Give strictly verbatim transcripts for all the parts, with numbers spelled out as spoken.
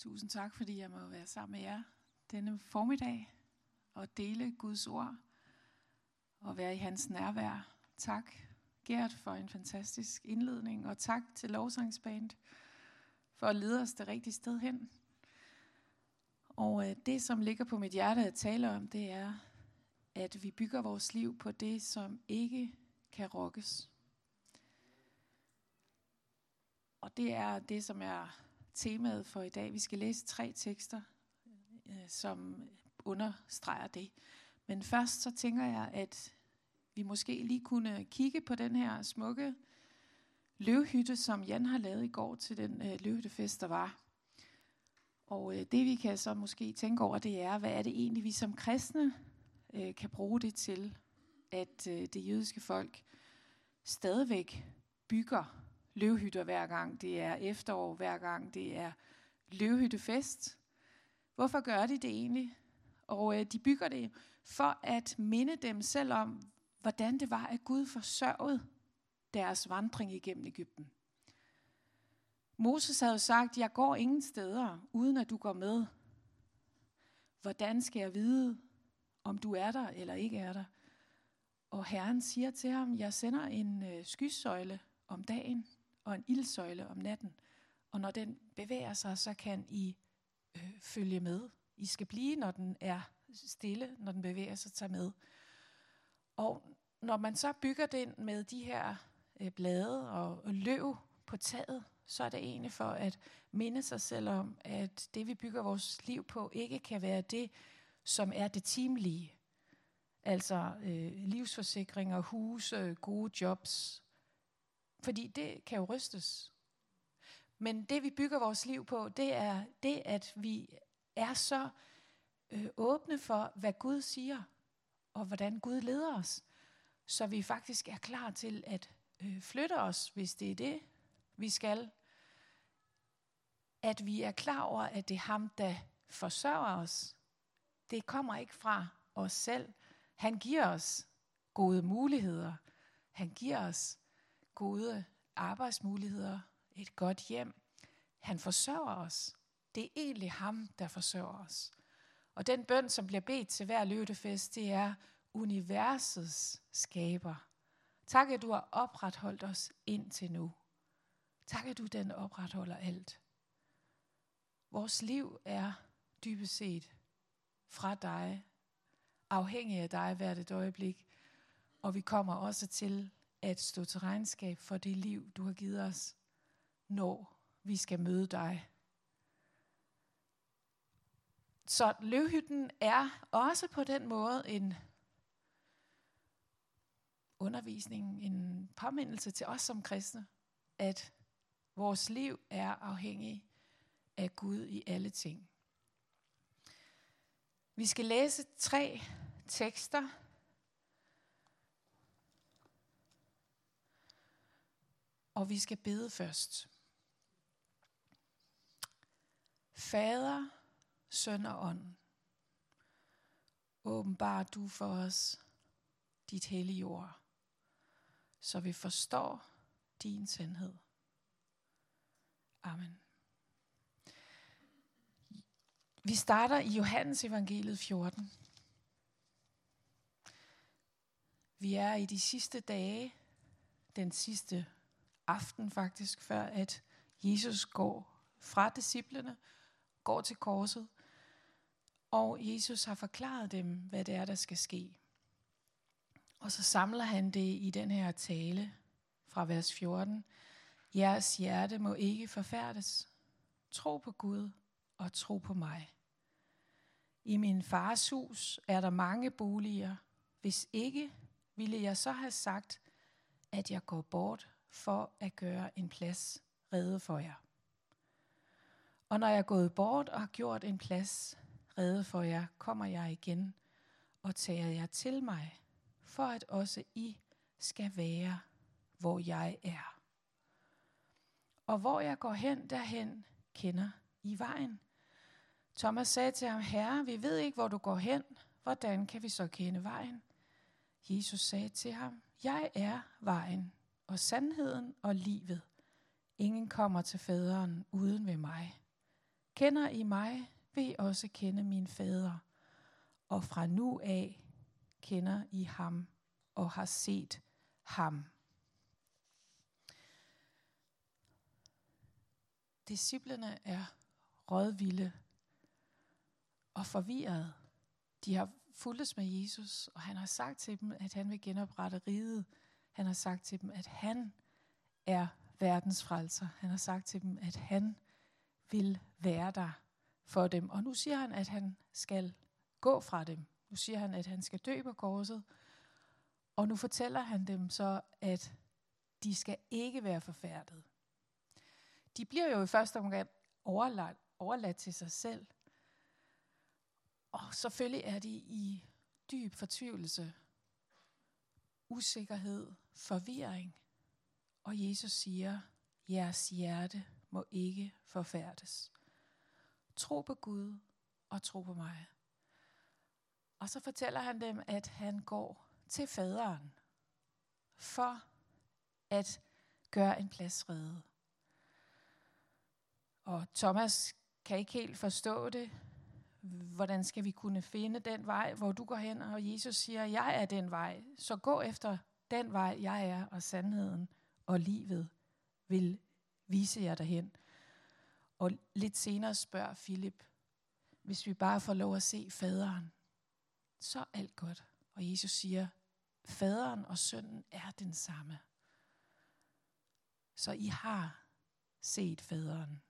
Tusind tak, fordi jeg må være sammen med jer denne formiddag og dele Guds ord og være i hans nærvær. Tak, Gert, for en fantastisk indledning, og tak til lovsangsband for at lede os det rigtige sted hen. Og øh, det, som ligger på mit hjerte at tale om, det er, at vi bygger vores liv på det, som ikke kan rokkes. Og det er det, som er temaet for i dag. Vi skal læse tre tekster, øh, som understreger det. Men først så tænker jeg, at vi måske lige kunne kigge på den her smukke løvhytte, som Jan har lavet i går til den øh, løvhyttefest, der var. Og øh, det vi kan så måske tænke over, det er, hvad er det egentlig, vi som kristne øh, kan bruge det til, at øh, det jødiske folk stadigvæk bygger løvhytter hver gang det er efterår, hver gang det er løvhyttefest. Hvorfor gør de det egentlig? Og øh, de bygger det for at minde dem selv om, hvordan det var, at Gud forsørgede deres vandring igennem Egypten. Moses havde sagt, jeg går ingen steder, uden at du går med. Hvordan skal jeg vide, om du er der eller ikke er der? Og Herren siger til ham, jeg sender en øh, skysøjle om dagen og en ildsøjle om natten. Og når den bevæger sig, så kan I øh, følge med. I skal blive, når den er stille, når den bevæger sig, tage med. Og når man så bygger den med de her øh, blade og, og løv på taget, så er det egentlig for at minde sig selv om, at det vi bygger vores liv på, ikke kan være det, som er det timelige. Altså øh, livsforsikringer, huse, gode jobs. Fordi det kan jo rystes. Men det vi bygger vores liv på, det er det, at vi er så øh, åbne for, hvad Gud siger, og hvordan Gud leder os. Så vi faktisk er klar til at øh, flytte os, hvis det er det, vi skal. At vi er klar over, at det er ham, der forsørger os. Det kommer ikke fra os selv. Han giver os gode muligheder. Han giver os gode arbejdsmuligheder, et godt hjem. Han forsørger os. Det er egentlig ham, der forsørger os. Og den bøn, som bliver bedt til hver løvhyttefest, det er universets skaber. Tak, at du har opretholdt os indtil nu. Tak, at du den opretholder alt. Vores liv er dybest set fra dig, afhængig af dig hvert et øjeblik, og vi kommer også til at stå til regnskab for det liv, du har givet os, når vi skal møde dig. Så løvhytten er også på den måde en undervisning, en påmindelse til os som kristne, at vores liv er afhængig af Gud i alle ting. Vi skal læse tre tekster. Og vi skal bede først. Fader, Søn og Ånd, åbenbar du for os dit hellige ord, så vi forstår din sandhed. Amen. Vi starter i Johannes evangeliet fjorten. Vi er i de sidste dage, den sidste aften faktisk, før at Jesus går fra disciplene, går til korset, og Jesus har forklaret dem, hvad det er, der skal ske. Og så samler han det i den her tale fra vers fjorten. Jeres hjerte må ikke forfærdes. Tro på Gud og tro på mig. I min fars hus er der mange boliger. Hvis ikke, ville jeg så have sagt, at jeg går bort for at gøre en plads rede for jer. Og når jeg er gået bort og har gjort en plads rede for jer, kommer jeg igen og tager jer til mig, for at også I skal være, hvor jeg er. Og hvor jeg går hen, derhen kender I vejen. Thomas sagde til ham, Herre, vi ved ikke, hvor du går hen. Hvordan kan vi så kende vejen? Jesus sagde til ham, jeg er vejen og sandheden og livet. Ingen kommer til faderen uden ved mig. Kender I mig, vil I også kende min fader. Og fra nu af kender I ham og har set ham. Disciplene er rådvilde og forvirrede. De har fulgtes med Jesus, og han har sagt til dem, at han vil genoprette riget. Han har sagt til dem, at han er verdens frelser. Han har sagt til dem, at han vil være der for dem. Og nu siger han, at han skal gå fra dem. Nu siger han, at han skal dø på korset. Og nu fortæller han dem så, at de skal ikke være forfærdet. De bliver jo i første omgang overladt, overladt til sig selv. Og selvfølgelig er de i dyb fortvivlelse, usikkerhed, forvirring. Og Jesus siger, jeres hjerte må ikke forfærdes. Tro på Gud og tro på mig. Og så fortæller han dem, at han går til faderen for at gøre en plads rede. Og Thomas kan ikke helt forstå det. Hvordan skal vi kunne finde den vej, hvor du går hen? Og Jesus siger, jeg er den vej. Så gå efter den vej, jeg er, og sandheden og livet vil vise jer derhen. Og lidt senere spørger Filip, hvis vi bare får lov at se faderen, så er alt godt. Og Jesus siger, faderen og sønnen er den samme. Så I har set faderen.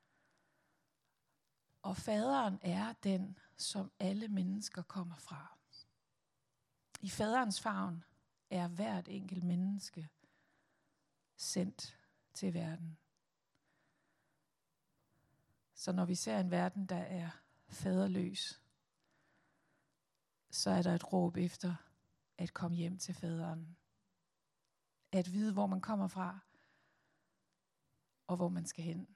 Og faderen er den, som alle mennesker kommer fra. I faderens favn er hvert enkelt menneske sendt til verden. Så når vi ser en verden, der er faderløs, så er der et råb efter at komme hjem til faderen. At vide, hvor man kommer fra, og hvor man skal hen.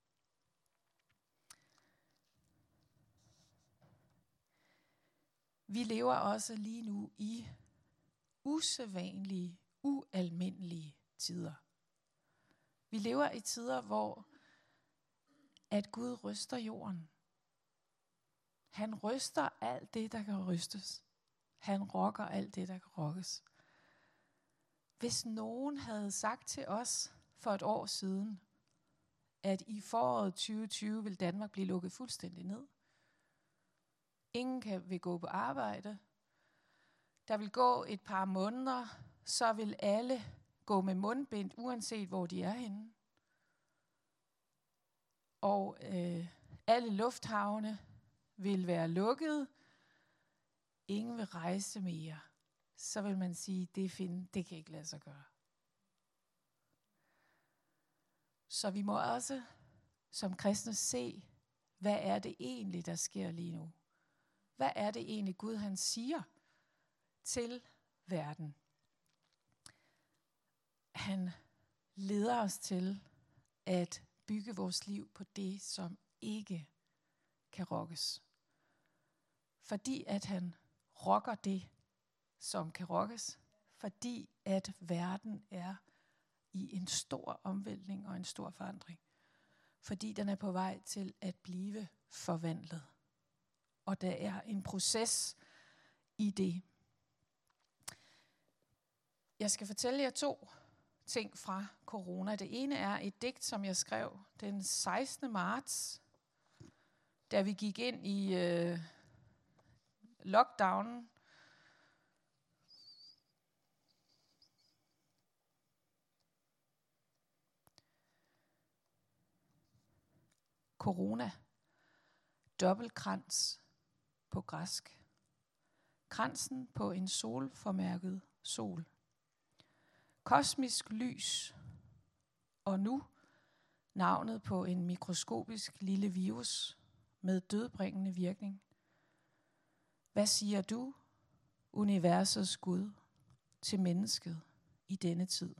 Vi lever også lige nu i usædvanlige, ualmindelige tider. Vi lever i tider, hvor at Gud ryster jorden. Han ryster alt det, der kan rystes. Han rokker alt det, der kan rokkes. Hvis nogen havde sagt til os for et år siden, at i foråret tyve tyve vil Danmark blive lukket fuldstændig ned. Ingen kan vil gå på arbejde. Der vil gå et par måneder, så vil alle gå med mundbind, uanset hvor de er henne. Og øh, alle lufthavne vil være lukket. Ingen vil rejse mere. Så vil man sige, det, find, det kan ikke lade sig gøre. Så vi må også som kristne se, hvad er det egentlig, der sker lige nu? Hvad er det egentlig, Gud han siger til verden? Han leder os til at bygge vores liv på det, som ikke kan rokkes. Fordi at han rokker det, som kan rokkes. Fordi at verden er i en stor omvæltning og en stor forandring. Fordi den er på vej til at blive forvandlet. Og der er en proces i det. Jeg skal fortælle jer to ting fra corona. Det ene er et digt, som jeg skrev den sekstende marts, da vi gik ind i øh, lockdownen. Corona. Dobbeltkrans på græsk. Kransen på en solformærket sol. Kosmisk lys. Og nu navnet på en mikroskopisk lille virus med dødbringende virkning. Hvad siger du, universets Gud, til mennesket i denne tid?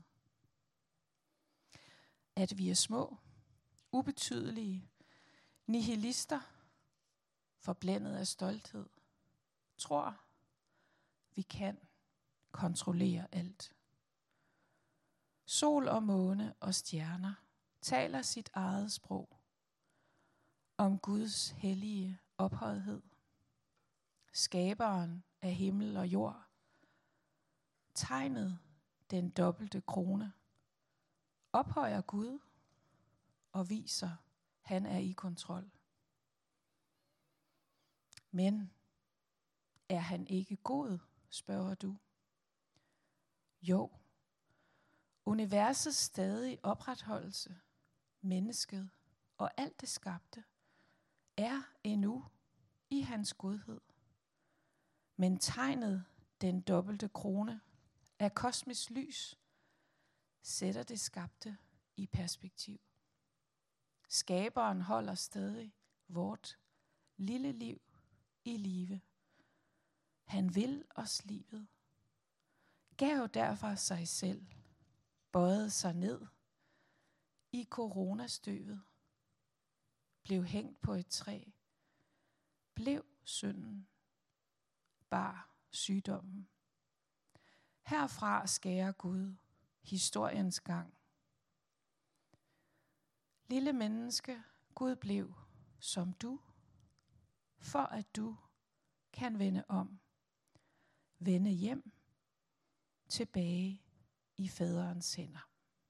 At vi er små, ubetydelige, nihilister, forblændet af stolthed, tror, vi kan kontrollere alt. Sol og måne og stjerner taler sit eget sprog. om Guds hellige ophøjethed, skaberen af himmel og jord, tegnet den dobbelte krone, ophøjer Gud og viser, han er i kontrol. Men er han ikke god, spørger du? Jo, universets stadige opretholdelse, mennesket og alt det skabte, er endnu i hans godhed. Men tegnet den dobbelte krone af kosmisk lys sætter det skabte i perspektiv. Skaberen holder stadig vort lille liv i live. Han vil os livet. Gav derfor sig selv, bøjede sig ned i coronastøvet, blev hængt på et træ, blev synden, bar sygdommen. Herfra skærer Gud historiens gang. Lille menneske, Gud blev som du, for at du kan vende om, vende hjem, tilbage i faderens hænder.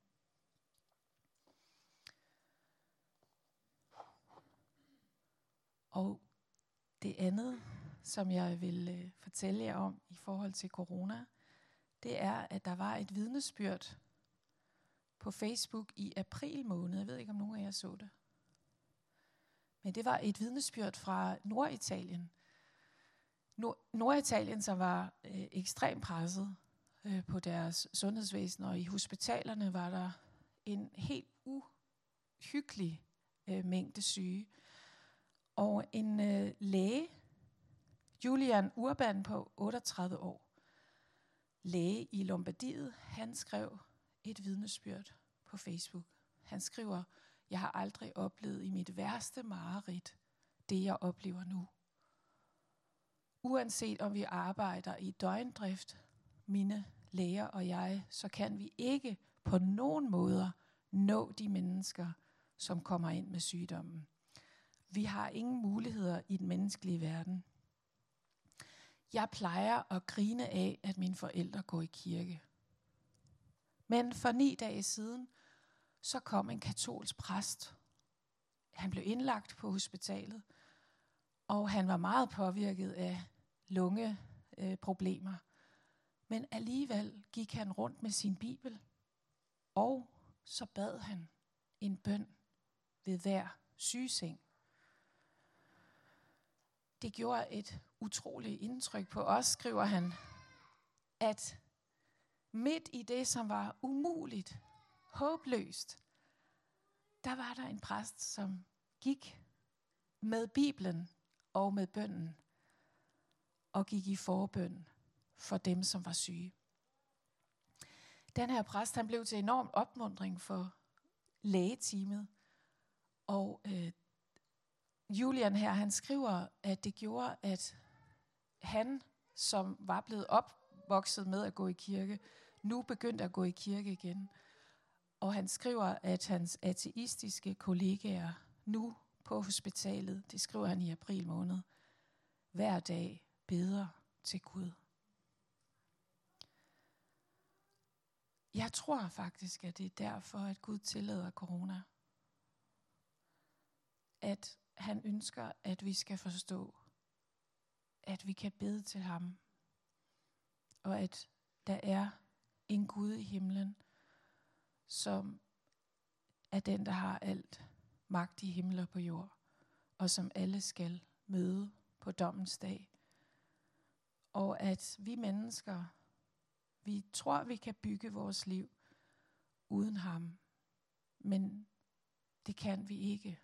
Og det andet, som jeg vil øh, fortælle jer om i forhold til corona, det er, at der var et vidnesbyrd på Facebook i april måned. Jeg ved ikke, om nogen af jer så det. Men det var et vidnesbyrd fra Norditalien. Nord- Norditalien, som var øh, ekstremt presset øh, på deres sundhedsvæsen, og i hospitalerne var der en helt uhyggelig øh, mængde syge. Og en øh, læge, Julian Urban på otteogtredive år, læge i Lombardiet, han skrev et vidnesbyrd på Facebook. Han skriver, jeg har aldrig oplevet i mit værste mareridt det, jeg oplever nu. Uanset om vi arbejder i døgndrift, mine læger og jeg, så kan vi ikke på nogen måder nå de mennesker, som kommer ind med sygdommen. Vi har ingen muligheder i den menneskelige verden. Jeg plejer at grine af, at mine forældre går i kirke. Men for ni dage siden, så kom en katolsk præst. Han blev indlagt på hospitalet, og han var meget påvirket af lungeproblemer. Men alligevel gik han rundt med sin bibel, og så bad han en bøn ved hver sygeseng. Det gjorde et utroligt indtryk på os, skriver han, at midt i det, som var umuligt, håbløst, der var der en præst, som gik med Bibelen og med bønnen, og gik i forbøn for dem, som var syge. Den her præst, han blev til enorm opmuntring for lægeteamet, og øh, Julian her, han skriver, at det gjorde, at han, som var blevet opvokset med at gå i kirke, nu begyndte at gå i kirke igen. Og han skriver, at hans ateistiske kollegaer nu på hospitalet, det skriver han i april måned, hver dag beder til Gud. Jeg tror faktisk, at det er derfor, at Gud tillader corona. At han ønsker, at vi skal forstå, at vi kan bede til ham, og at der er en Gud i himlen, som er den, der har alt magt i himmel og på jord, og som alle skal møde på dommens dag. Og at vi mennesker, vi tror, vi kan bygge vores liv uden ham, men det kan vi ikke.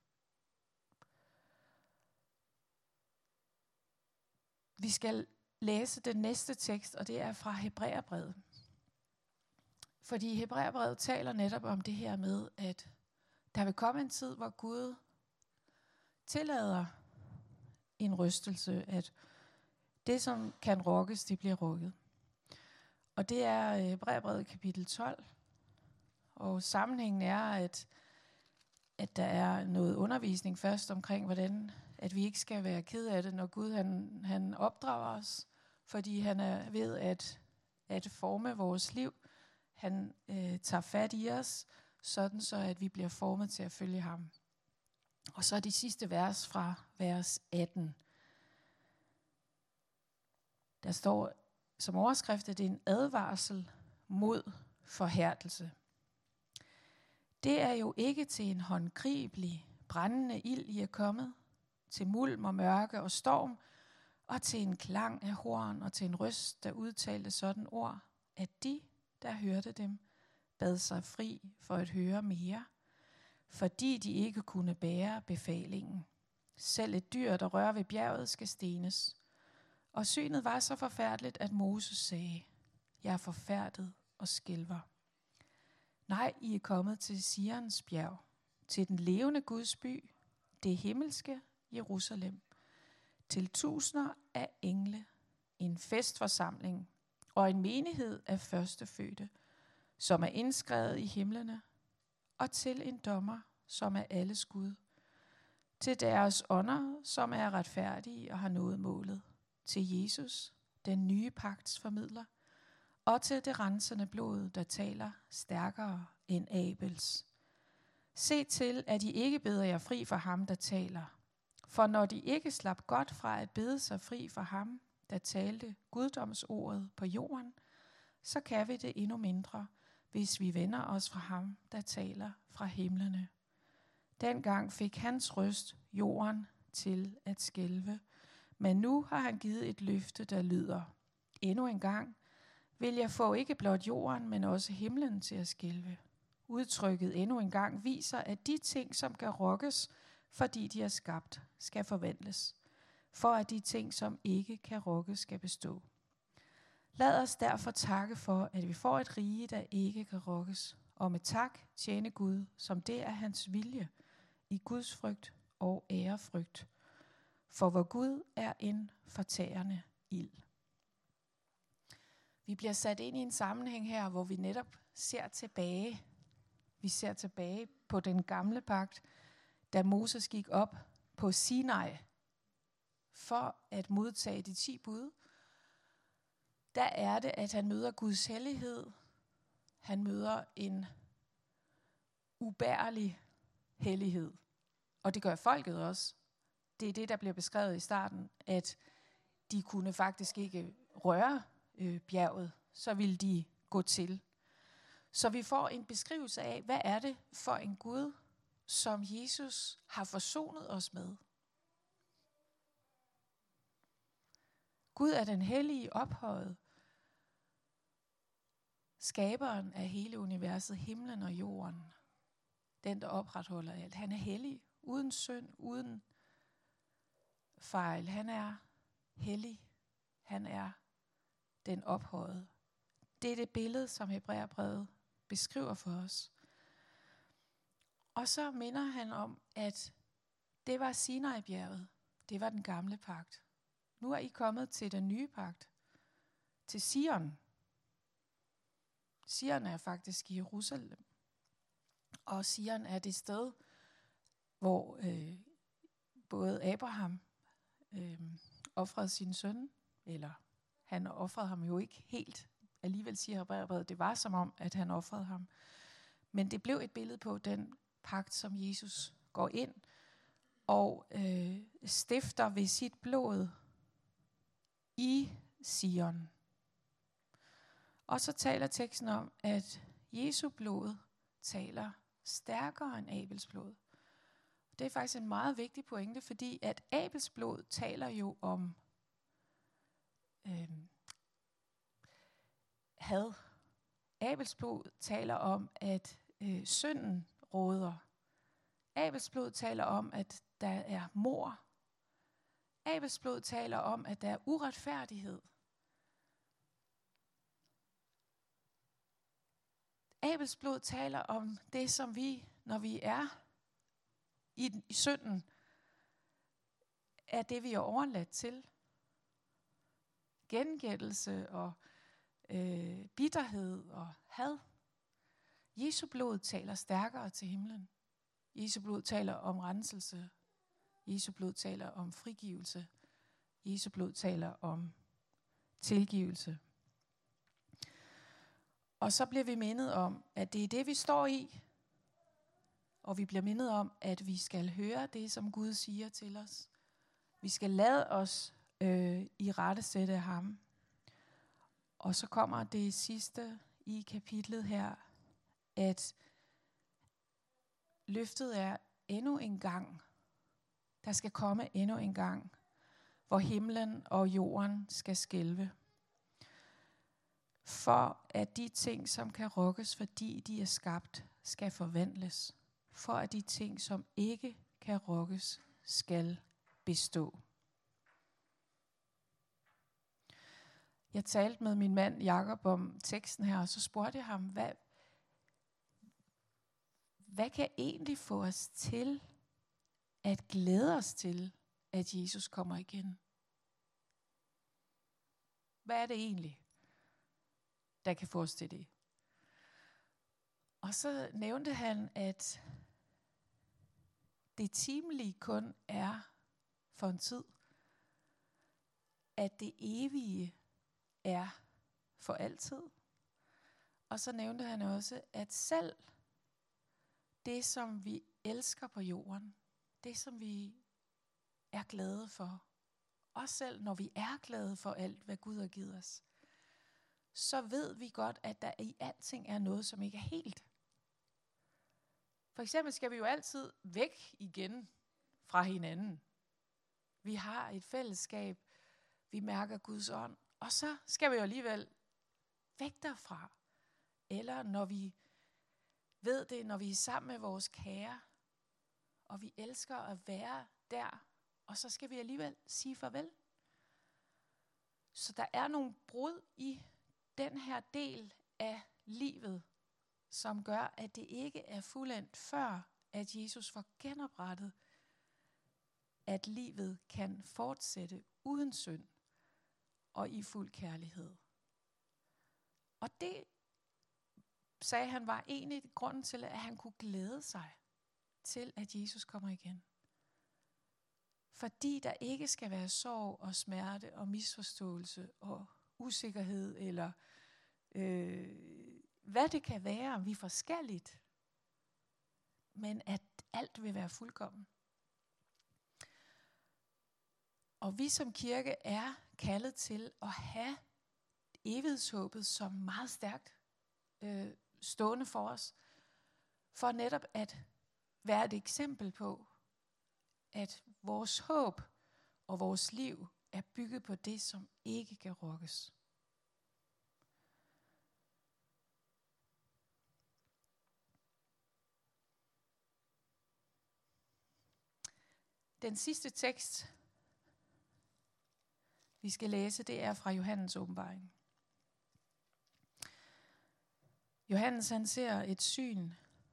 Vi skal læse den næste tekst, og det er fra Hebræerbrevet. Fordi Hebræerbrevet taler netop om det her med, at der vil komme en tid, hvor Gud tillader en rystelse, at det, som kan rokkes, det bliver rukket. Og det er Hebræerbrevet kapitel tolv. Og sammenhængen er, at at der er noget undervisning først omkring, hvordan at vi ikke skal være ked af det, når Gud han, han opdrager os, fordi han er ved at, at forme vores liv. Han øh, tager fat i os, sådan så at vi bliver formet til at følge ham. Og så de sidste vers fra vers atten. Der står som overskrift, at det er en advarsel mod forhærdelse. Det er jo ikke til en håndgribelig, brændende ild, I er kommet, til mulm og mørke og storm, og til en klang af horn og til en røst, der udtalte sådan ord, at de, der hørte dem, bad sig fri for at høre mere, fordi de ikke kunne bære befalingen. Selv et dyr, der rører ved bjerget, skal stenes. Og synet var så forfærdeligt, at Moses sagde, jeg er forfærdet og skælver. Nej, I er kommet til Sions bjerg, til den levende Guds by, det himmelske Jerusalem, til tusinder af engle, en festforsamling og en menighed af førstefødte, som er indskrevet i himlene, og til en dommer, som er alles Gud, til deres ånder, som er retfærdige og har nået målet, til Jesus, den nye pagts formidler, og til det rensende blod, der taler stærkere end Abels. Se til, at I ikke beder jer fri for ham, der taler. For når de ikke slap godt fra at bede sig fri for ham, der talte guddomsordet på jorden, så kan vi det endnu mindre, hvis vi vender os fra ham, der taler fra himlene. Dengang fik hans røst jorden til at skælve, men nu har han givet et løfte, der lyder, endnu en gang vil jeg få ikke blot jorden, men også himlen til at skælve. Udtrykket endnu en gang viser, at de ting, som kan rokkes, fordi de er skabt, skal forvandles, for at de ting, som ikke kan rokkes, skal bestå. Lad os derfor takke for, at vi får et rige, der ikke kan rokkes, og med tak tjene Gud, som det er hans vilje, i Guds frygt og ærefrygt. For vor Gud er en fortærende ild. Vi bliver sat ind i en sammenhæng her, hvor vi netop ser tilbage. Vi ser tilbage på den gamle pagt, da Moses gik op på Sinai for at modtage de ti bud. Der er det, at han møder Guds hellighed. Han møder en ubærlig hellighed. Og det gør folket også. Det er det, der bliver beskrevet i starten, at de kunne faktisk ikke røre øh, bjerget, så ville de gå til. Så vi får en beskrivelse af, hvad er det for en Gud, som Jesus har forsonet os med. Gud er den hellige ophøjet, skaberen af hele universet, himlen og jorden. Den, der opretholder alt. Han er hellig, uden synd, uden fejl. Han er hellig. Han er den ophøjede. Det er det billede, som Hebræerbrevet beskriver for os. Og så minder han om, at det var Sinai-bjerget. Det var den gamle pagt. Nu er I kommet til den nye pagt. Til Sion. Sion er faktisk i Jerusalem. Og Sion er det sted, hvor øh, både Abraham øh, ofrede sin søn, eller han ofrede ham jo ikke helt. Alligevel siger Hebræerbrevet, det var som om, at han ofrede ham. Men det blev et billede på den pagt, som Jesus går ind og øh, stifter ved sit blod i Sion. Og så taler teksten om, at Jesu blod taler stærkere end Abels blod. Det er faktisk en meget vigtig pointe, fordi at Abels blod taler jo om øh, had. Abels blod taler om, at øh, synden råder. Abels blod taler om, at der er mord. Abels blod taler om, at der er uretfærdighed. Abels blod taler om det, som vi, når vi er i, i synden, er det, vi er overladt til. Gengældelse og øh, bitterhed og had. Jesu blod taler stærkere til himlen. Jesu blod taler om renselse. Jesu blod taler om frigivelse. Jesu blod taler om tilgivelse. Og så bliver vi mindet om, at det er det, vi står i. Og vi bliver mindet om, at vi skal høre det, som Gud siger til os. Vi skal lade os øh, i rettesætte af ham. Og så kommer det sidste i kapitlet her, at løftet er endnu en gang. Der skal komme endnu en gang, hvor himlen og jorden skal skælve. For at de ting, som kan rokkes, fordi de er skabt, skal forvandles. For at de ting, som ikke kan rokkes, skal bestå. Jeg talte med min mand Jakob om teksten her, og så spurgte jeg ham, hvad, hvad kan egentlig få os til at glæde os til, at Jesus kommer igen? Hvad er det egentlig, der kan få os til det? Og så nævnte han, at det timelige kun er for en tid, at det evige er for altid. Og så nævnte han også, at selv det, som vi elsker på jorden, det, som vi er glade for, også selv når vi er glade for alt, hvad Gud har givet os, så ved vi godt, at der i alting er noget, som ikke er helt. For eksempel skal vi jo altid væk igen fra hinanden. Vi har et fællesskab, vi mærker Guds ånd, og så skal vi jo alligevel væk derfra. Eller når vi ved det, når vi er sammen med vores kære, og vi elsker at være der, og så skal vi alligevel sige farvel. Så der er nogle brud i den her del af livet, som gør, at det ikke er fuldendt før, at Jesus får genoprettet, at livet kan fortsætte uden synd og i fuld kærlighed. Og det, sagde han, var egentlig grunden til, at han kunne glæde sig til, at Jesus kommer igen. Fordi der ikke skal være sorg og smerte og misforståelse og usikkerhed, eller øh, hvad det kan være, vi er forskelligt, men at alt vil være fuldkommen. Og vi som kirke er kaldet til at have evighedshåbet som meget stærkt øh, stående for os, for netop at være et eksempel på, at vores håb og vores liv er bygget på det, som ikke kan rokkes. Den sidste tekst, vi skal læse, det er fra Johannes åbenbaring. Johannes, han ser et syn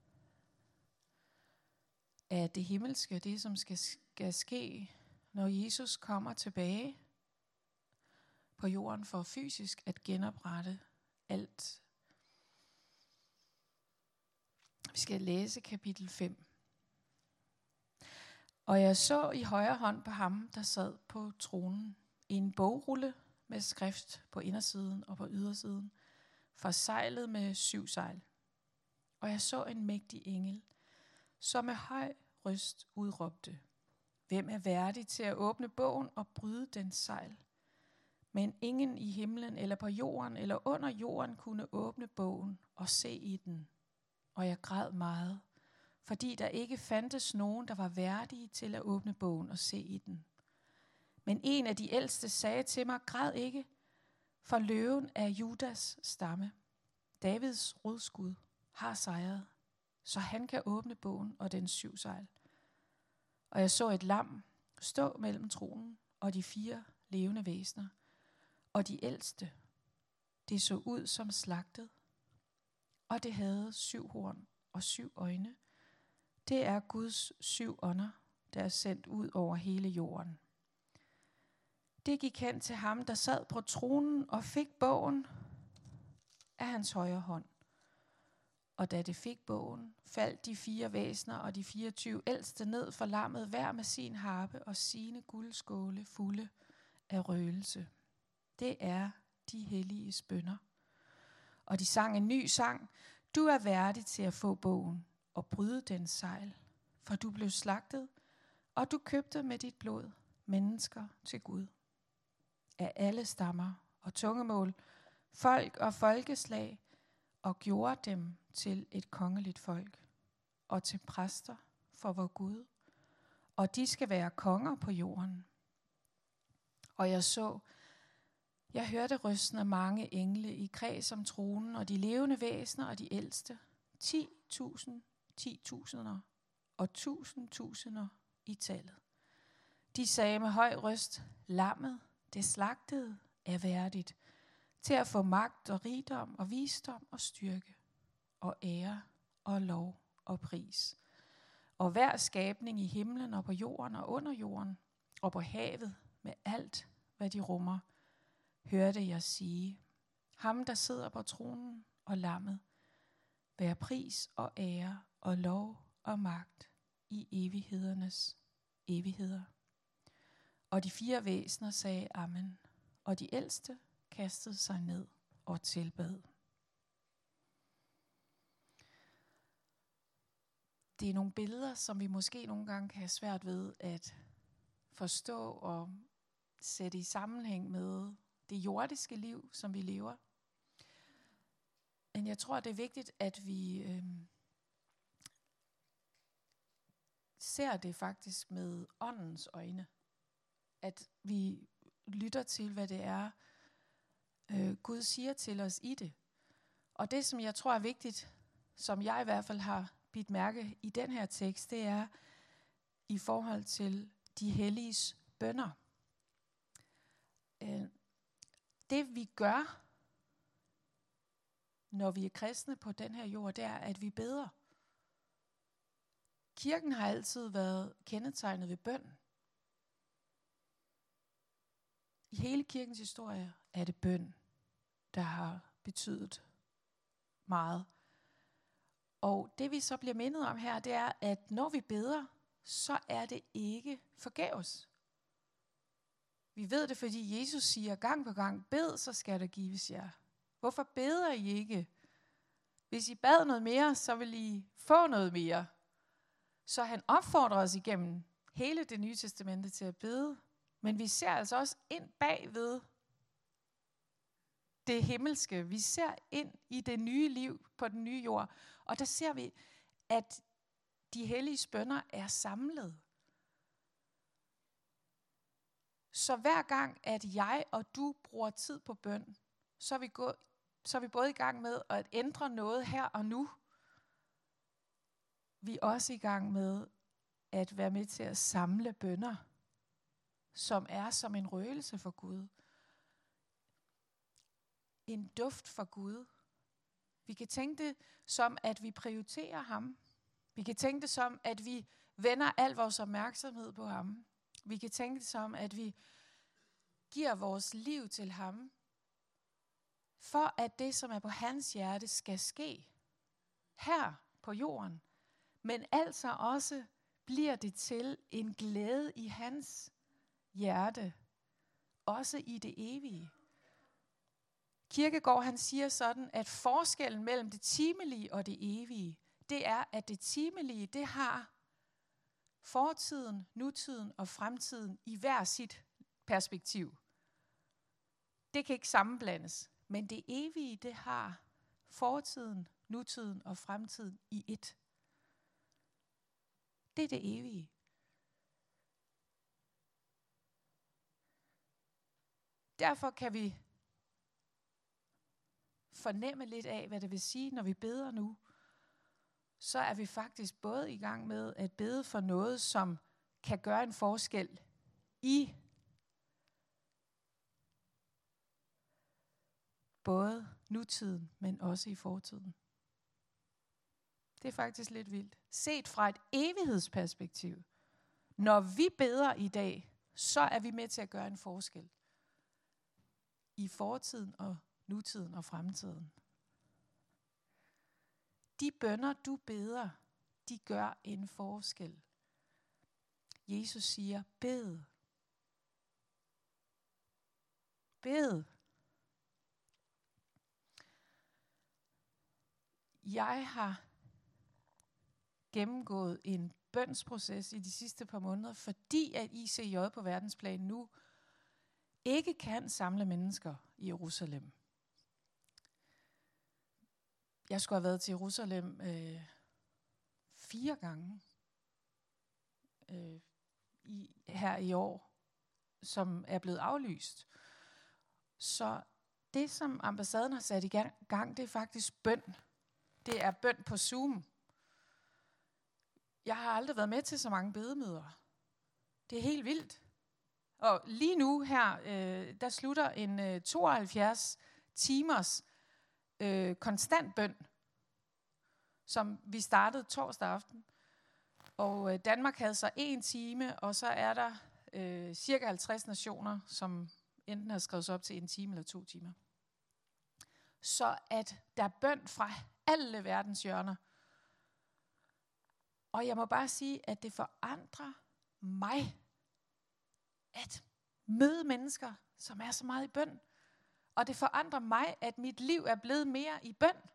af det himmelske, det som skal, skal ske, når Jesus kommer tilbage på jorden for fysisk at genoprette alt. Vi skal læse kapitel fem. Og jeg så i højre hånd på ham, der sad på tronen, en bogrulle med skrift på indersiden og på ydersiden, forseglet med syv sejl. Og jeg så en mægtig engel, som med høj røst udråbte: Hvem er værdig til at åbne bogen og bryde dens sejl? Men ingen i himlen eller på jorden eller under jorden kunne åbne bogen og se i den. Og jeg græd meget, fordi der ikke fandtes nogen, der var værdige til at åbne bogen og se i den. Men en af de ældste sagde til mig: Græd ikke, for løven af Judas stamme, Davids rodskud, har sejret, så han kan åbne bogen og dens syv sejl. Og jeg så et lam stå mellem tronen og de fire levende væsener, og de ældste, det så ud som slagtet, og det havde syv horn og syv øjne. Det er Guds syv ånder, der er sendt ud over hele jorden. Det gik hen til ham, der sad på tronen og fik bogen af hans højre hånd. Og da det fik bogen, faldt de fire væsner og de fireogtyve ældste ned for lammet, hver med sin harpe og sine guldskåle fulde af røgelse. Det er de helliges bønner. Og de sang en ny sang. Du er værdig til at få bogen og bryde dens sejl, for du blev slagtet, og du købte med dit blod mennesker til Gud. Af alle stammer og tungemål, folk og folkeslag, og gjorde dem til et kongeligt folk, og til præster for vor Gud, og de skal være konger på jorden. Og jeg så, jeg hørte røsten af mange engle i kreds om tronen, og de levende væsener og de ældste, ti tusind, ti tusinder og tusind tusinder i tallet. De sagde med høj røst, lammet, det slagtede, er værdigt, til at få magt og rigdom og visdom og styrke, og ære og lov og pris. Og hver skabning i himlen og på jorden og under jorden, og på havet med alt, hvad de rummer, hørte jeg sige, ham der sidder på tronen og lammet, vær pris og ære og lov og magt i evighedernes evigheder. Og de fire væsener sagde amen, og de ældste kastede sig ned og tilbad. Det er nogle billeder, som vi måske nogle gange kan have svært ved at forstå og sætte i sammenhæng med det jordiske liv, som vi lever. Men jeg tror, det er vigtigt, at vi øh, ser det faktisk med åndens øjne. At vi lytter til, hvad det er, øh, Gud siger til os i det. Og det, som jeg tror er vigtigt, som jeg i hvert fald har bidt mærke i den her tekst, det er i forhold til de helliges bønner. Øh, det vi gør, når vi er kristne på den her jord, det er, at vi beder. Kirken har altid været kendetegnet ved bøn. I hele kirkens historie er det bøn, der har betydet meget. Og det vi så bliver mindet om her, det er, at når vi beder, så er det ikke forgæves. Vi ved det, fordi Jesus siger gang på gang, bed, så skal der gives jer. Hvorfor beder I ikke? Hvis I bad noget mere, så vil I få noget mere. Så han opfordrer os igennem hele det nye testamente til at bede. Men vi ser altså også ind bagved det himmelske. Vi ser ind i det nye liv på den nye jord. Og der ser vi, at de hellige bønner er samlet. Så hver gang, at jeg og du bruger tid på bøn, så er vi, gå, så er vi både i gang med at ændre noget her og nu. Vi er også i gang med at være med til at samle bønner, som er som en røgelse for Gud. En duft for Gud. Vi kan tænke det som, at vi prioriterer ham. Vi kan tænke det som, at vi vender al vores opmærksomhed på ham. Vi kan tænke det som, at vi giver vores liv til ham, for at det, som er på hans hjerte, skal ske her på jorden. Men altså også bliver det til en glæde i hans hjerte, også i det evige. Kierkegaard, han siger sådan, at forskellen mellem det timelige og det evige, det er, at det timelige, det har fortiden, nutiden og fremtiden i hver sit perspektiv. Det kan ikke sammenblandes, men det evige, det har fortiden, nutiden og fremtiden i ét. Det er det evige. Derfor kan vi fornemme lidt af, hvad det vil sige, når vi beder nu. Så er vi faktisk både i gang med at bede for noget, som kan gøre en forskel i både nutiden, men også i fortiden. Det er faktisk lidt vildt. Set fra et evighedsperspektiv. Når vi beder i dag, så er vi med til at gøre en forskel i fortiden og nutiden og fremtiden. De bønner, du beder, de gør en forskel. Jesus siger, bed. Bed. Jeg har gennemgået en bønsproces i de sidste par måneder, fordi at I C J på verdensplan nu ikke kan samle mennesker i Jerusalem. Jeg skulle have været til Jerusalem øh, fire gange øh, i, her i år, som er blevet aflyst. Så det, som ambassaden har sat i gang, det er faktisk bøn. Det er bøn på Zoom. Jeg har aldrig været med til så mange bedemøder. Det er helt vildt. Og lige nu her, øh, der slutter en øh, tooghalvfjerds timers øh, konstant bøn, som vi startede torsdag aften. Og øh, Danmark havde så en time, og så er der øh, cirka halvtreds nationer, som enten har skrevet sig op til en time eller to timer. Så at der er bøn fra alle verdens hjørner. Og jeg må bare sige, at det forandrer mig at møde mennesker, som er så meget i bøn. Og det forandrer mig, at mit liv er blevet mere i bøn.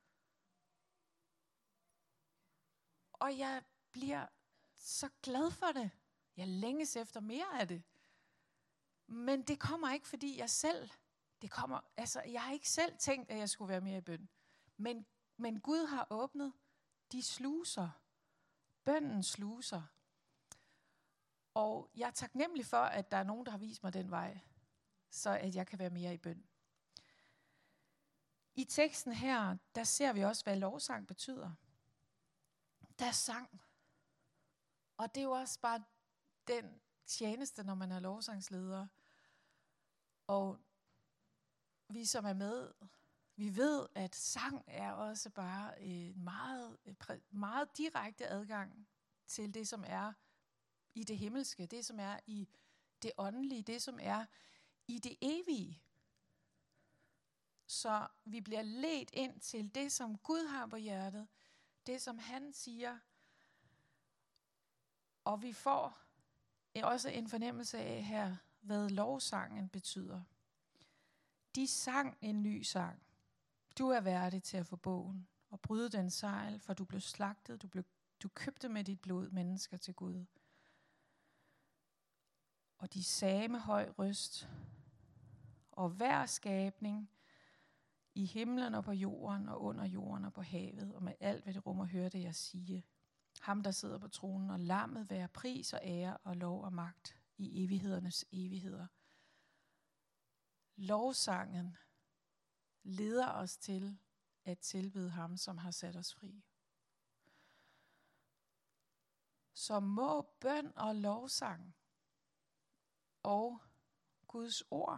Og jeg bliver så glad for det. Jeg længes efter mere af det. Men det kommer ikke, fordi jeg selv, det kommer, altså jeg har ikke selv tænkt, at jeg skulle være mere i bøn. Men, men Gud har åbnet de sluser, bønnens sluser. Og jeg er taknemmelig for, at der er nogen, der har vist mig den vej, så at jeg kan være mere i bøn. I teksten her, der ser vi også, hvad lovsang betyder. Der er sang. Og det er jo også bare den tjeneste, når man er lovsangsleder. Og vi som er med, vi ved, at sang er også bare en meget, meget direkte adgang til det, som er i det himmelske, det som er i det åndelige, det som er i det evige. Så vi bliver ledt ind til det, som Gud har på hjertet, det som han siger, og vi får også en fornemmelse af her, hvad lovsangen betyder. De sang en ny sang. Du er værdig til at få bogen og bryde den sejl, for du blev slagtet, du, blev, du købte med dit blod mennesker til Gud. Og de sagde med høj røst, og hver skabning i himlen og på jorden og under jorden og på havet, og med alt, hvad det rummer, hørte jeg sige. Ham, der sidder på tronen, og lammet være pris og ære og lov og magt i evighedernes evigheder. Lovsangen leder os til at tilbede ham, som har sat os fri. Så må bøn og lovsang og Guds ord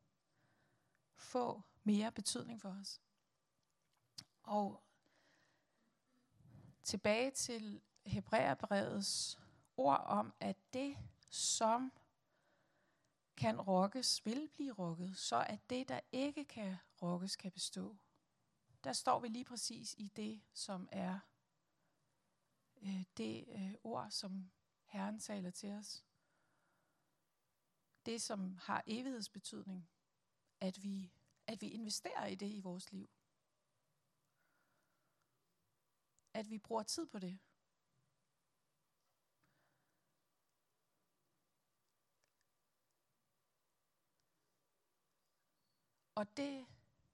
få mere betydning for os. Og tilbage til Hebræerbrevets ord om, at det, som kan rokkes, vil blive rokket, så at det, der ikke kan rokkes, kan bestå. Der står vi lige præcis i det, som er øh, det øh, ord, som Herren taler til os. Det, som har evighedsbetydning, at vi, at vi investerer i det i vores liv. At vi bruger tid på det. Og det,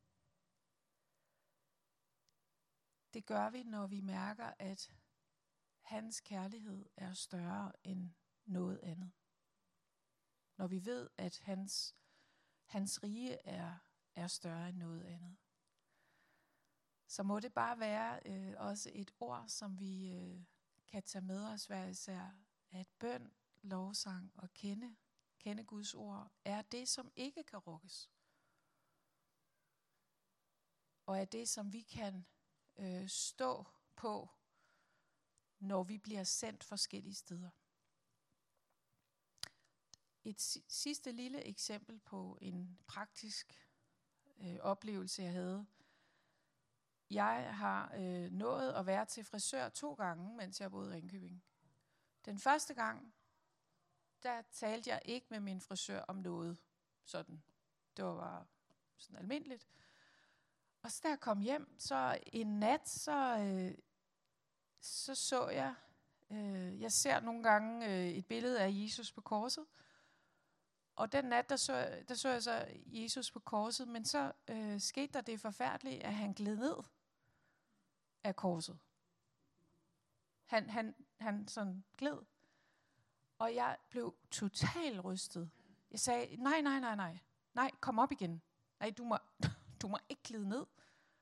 det gør vi, når vi mærker, at hans kærlighed er større end noget andet. Når vi ved, at hans, hans rige er, er større end noget andet. Så må det bare være øh, også et ord, som vi øh, kan tage med os hver især, at bøn, lovsang og kende, kende Guds ord, er det, som ikke kan rukkes. Og er det, som vi kan øh, stå på, når vi bliver sendt forskellige steder. Et sidste lille eksempel på en praktisk øh, oplevelse, jeg havde. jeg har øh, nået at være til frisør to gange, mens jeg boede i Ringkøbing. Den første gang, der talte jeg ikke med min frisør om noget sådan. Det var bare sådan almindeligt. Og så da jeg kom hjem, så en nat, så øh, så, så jeg, øh, jeg ser nogle gange øh, et billede af Jesus på korset. Og den nat, der så, der så jeg så Jesus på korset, men så øh, skete der det forfærdelige, at han gled ned af korset. Han, han, han sådan gled. Og jeg blev totalt rystet. Jeg sagde, nej, nej, nej, nej. Nej, kom op igen. Nej, du må, du må ikke glide ned.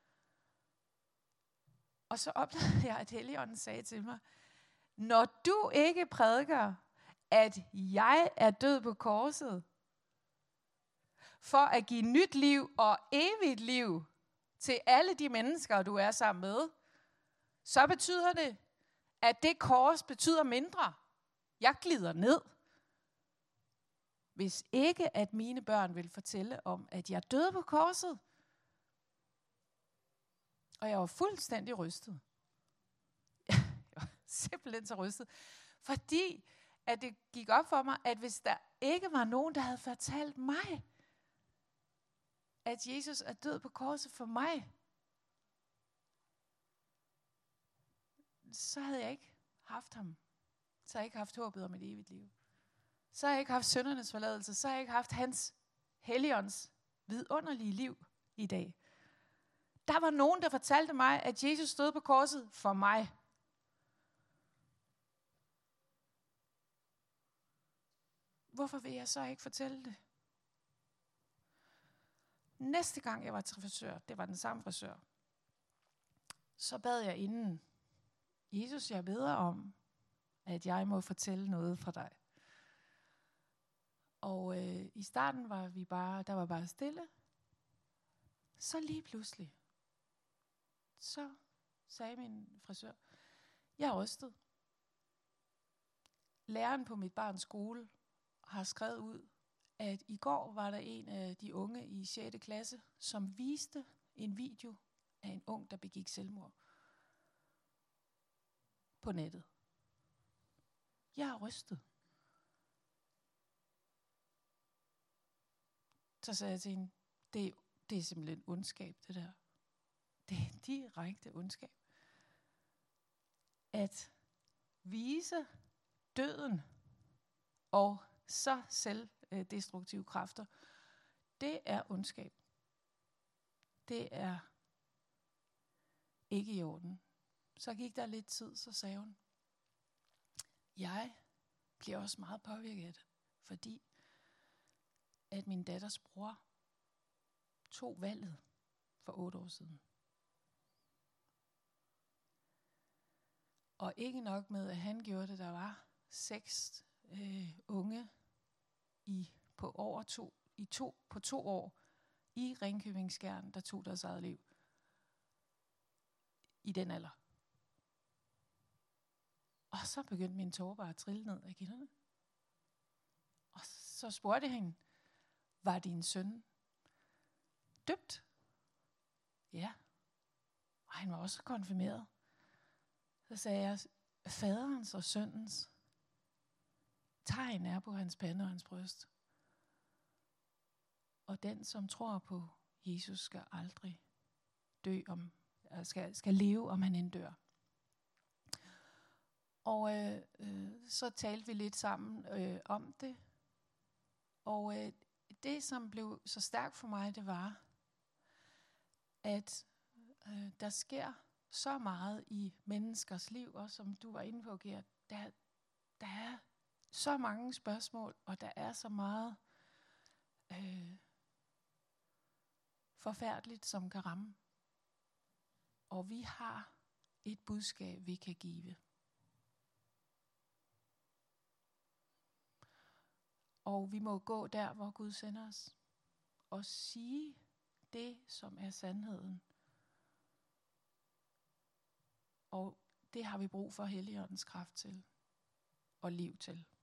Og så oplevede jeg, at Helligånden sagde til mig, når du ikke prædiker, at jeg er død på korset, for at give nyt liv og evigt liv til alle de mennesker, du er sammen med, så betyder det, at det kors betyder mindre. Jeg glider ned. Hvis ikke, at mine børn vil fortælle om, at jeg døde på korset. Og jeg var fuldstændig rystet. Jeg var simpelthen så rystet. Fordi at det gik op for mig, at hvis der ikke var nogen, der havde fortalt mig, at Jesus er død på korset for mig, så havde jeg ikke haft ham. Så havde jeg ikke haft håbet om et evigt liv. Så havde jeg ikke haft syndernes forladelse. Så havde jeg ikke haft hans Helligånds vidunderlige liv i dag. Der var nogen, der fortalte mig, at Jesus stod på korset for mig. Hvorfor vil jeg så ikke fortælle det? Næste gang jeg var til frisør, det var den samme frisør, så bad jeg inden, Jesus, jeg beder om, at jeg må fortælle noget fra dig. Og øh, i starten var vi bare, der var bare stille. Så lige pludselig, så sagde min frisør, jeg er rystet. Læreren på mit barns skole har skrevet ud, at i går var der en af de unge i sjette klasse, som viste en video af en ung, der begik selvmord på nettet. Jeg er rystet. Så sagde jeg til hende, det, det er simpelthen ondskab, det der. Det er direkte ondskab. At vise døden og så selvdestruktive kræfter, det er ondskab. Det er ikke i orden. Så gik der lidt tid, så sagde hun, jeg bliver også meget påvirket af det, fordi at min datters bror tog valget for otte år siden. Og ikke nok med, at han gjorde det, der var seks øh, unge i på over to i to på to år i Ringkøbing-Skjern, der tog deres eget liv i den alder. Og så begyndte min tårer bare at trille ned af kinderne. Og så spurgte jeg hende, var din søn døbt? Ja. Og han var også konfirmeret. Så sagde jeg, faderens og søndens tegn er på hans pande og hans bryst. Og den, som tror på Jesus, skal aldrig dø om, skal, skal leve, om han inddør. Og øh, øh, så talte vi lidt sammen øh, om det. Og øh, det, som blev så stærkt for mig, det var, at øh, der sker så meget i menneskers liv, og som du var inde på, Gert, der, der er så mange spørgsmål, og der er så meget øh, forfærdeligt, som kan ramme. Og vi har et budskab, vi kan give. Og vi må gå der, hvor Gud sender os, og sige det, som er sandheden. Og det har vi brug for Helligåndens kraft til, og liv til.